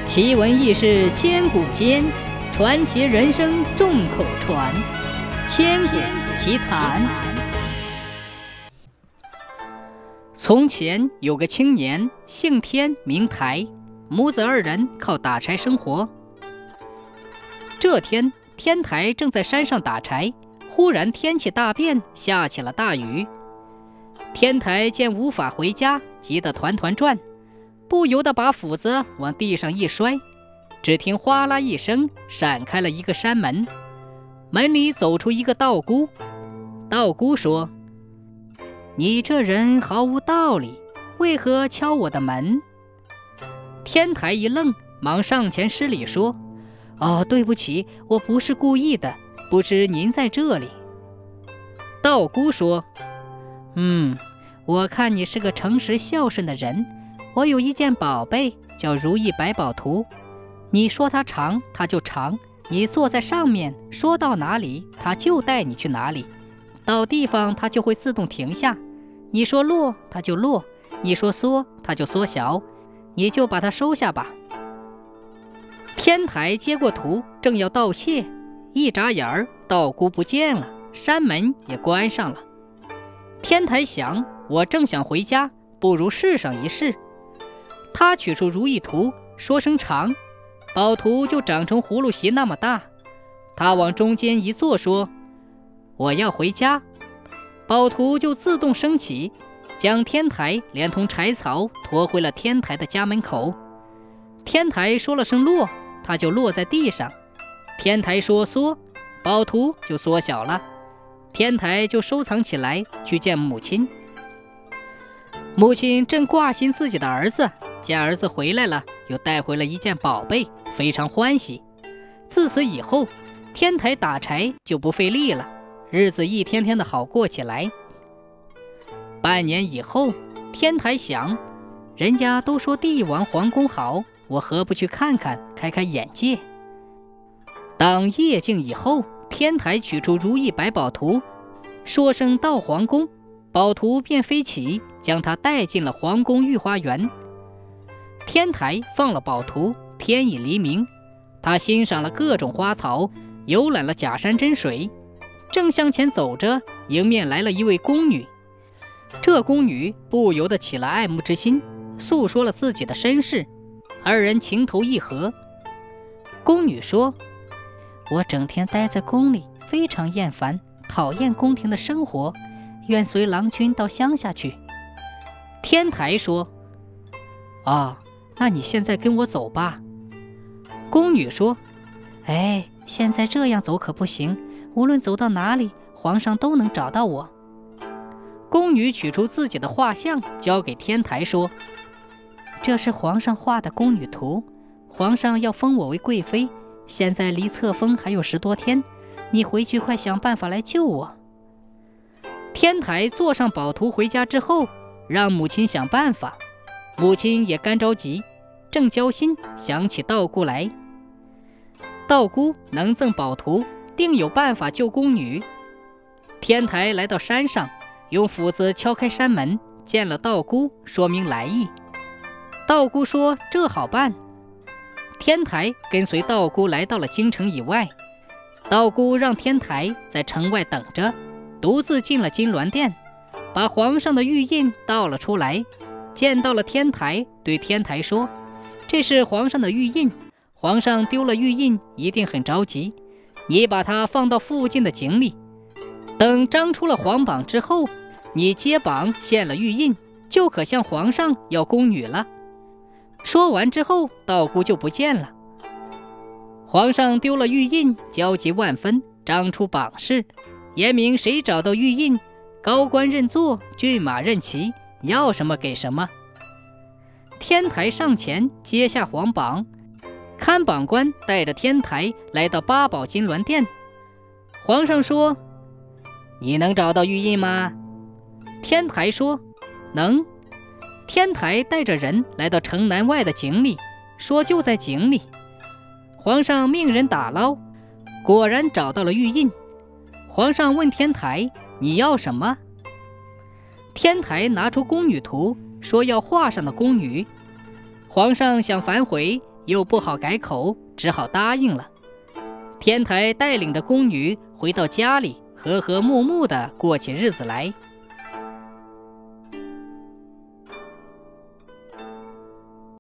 奇闻异事千古间，传奇人生众口传。千古奇谈。从前有个青年，姓天名台，母子二人靠打柴生活。这天，天台正在山上打柴，忽然天气大变，下起了大雨。天台见无法回家，急得团团转，不由得把斧子往地上一摔，只听哗啦一声，闪开了一个山门，门里走出一个道姑。道姑说：“你这人毫无道理，为何敲我的门？”天台一愣，忙上前施礼说：“哦，对不起，我不是故意的，不知您在这里。”道姑说：“我看你是个诚实孝顺的人，我有一件宝贝叫如意百宝图，你说它长它就长，你坐在上面，说到哪里它就带你去哪里，到地方它就会自动停下，你说落它就落，你说缩它就缩小，你就把它收下吧。”天台接过图，正要道谢，一眨眼儿，道姑不见了，山门也关上了。天台想，我正想回家，不如试上一试。他取出如意图，说声长，宝图就长成葫芦席那么大。他往中间一坐，说：“我要回家。”宝图就自动升起，将天台连同柴草驮回了天台的家门口。天台说了声落，他就落在地上。天台说缩，宝图就缩小了。天台就收藏起来，去见母亲。母亲正挂心自己的儿子，见儿子回来了，又带回了一件宝贝，非常欢喜。自此以后，天台打柴就不费力了，日子一天天的好过起来。半年以后，天台想，人家都说帝王皇宫好，我何不去看看，开开眼界。当夜静以后，天台取出如意百宝图，说声到皇宫，宝图便飞起，将他带进了皇宫御花园。天台放了宝图，天已黎明，他欣赏了各种花草，游览了假山真水，正向前走着，迎面来了一位宫女。这宫女不由得起了爱慕之心，诉说了自己的身世，二人情投意合。宫女说：“我整天待在宫里，非常厌烦，讨厌宫廷的生活，愿随郎君到乡下去。”天台说：“那你现在跟我走吧。”宫女说：“现在这样走可不行，无论走到哪里，皇上都能找到我。”宫女取出自己的画像，交给天台说：“这是皇上画的宫女图，皇上要封我为贵妃，现在离册封还有10多天，你回去快想办法来救我。”天台坐上宝图回家之后，让母亲想办法。母亲也干着急，正焦心，想起道姑来。道姑能赠宝图，定有办法救宫女。天台来到山上，用斧子敲开山门，见了道姑，说明来意。道姑说这好办。天台跟随道姑来到了京城以外，道姑让天台在城外等着，独自进了金銮殿，把皇上的玉印倒了出来，见到了天台，对天台说：“这是皇上的玉印，皇上丢了玉印一定很着急，你把它放到附近的井里，等张出了皇榜之后，你揭榜献了玉印，就可向皇上要宫女了。”说完之后，道姑就不见了。皇上丢了玉印，焦急万分，张出榜示，言明谁找到玉印，高官认坐，骏马认骑，要什么给什么。天台上前接下皇榜，看榜官带着天台来到八宝金銮殿。皇上说：“你能找到玉印吗？”天台说：“能。”天台带着人来到城南外的井里，说就在井里。皇上命人打捞，果然找到了玉印。皇上问天台：“你要什么？”天台拿出宫女图，说要画上的宫女。皇上想反悔， 又不好改口，只好答应了。天台带领着宫女回到家里，和睦地过起日子来。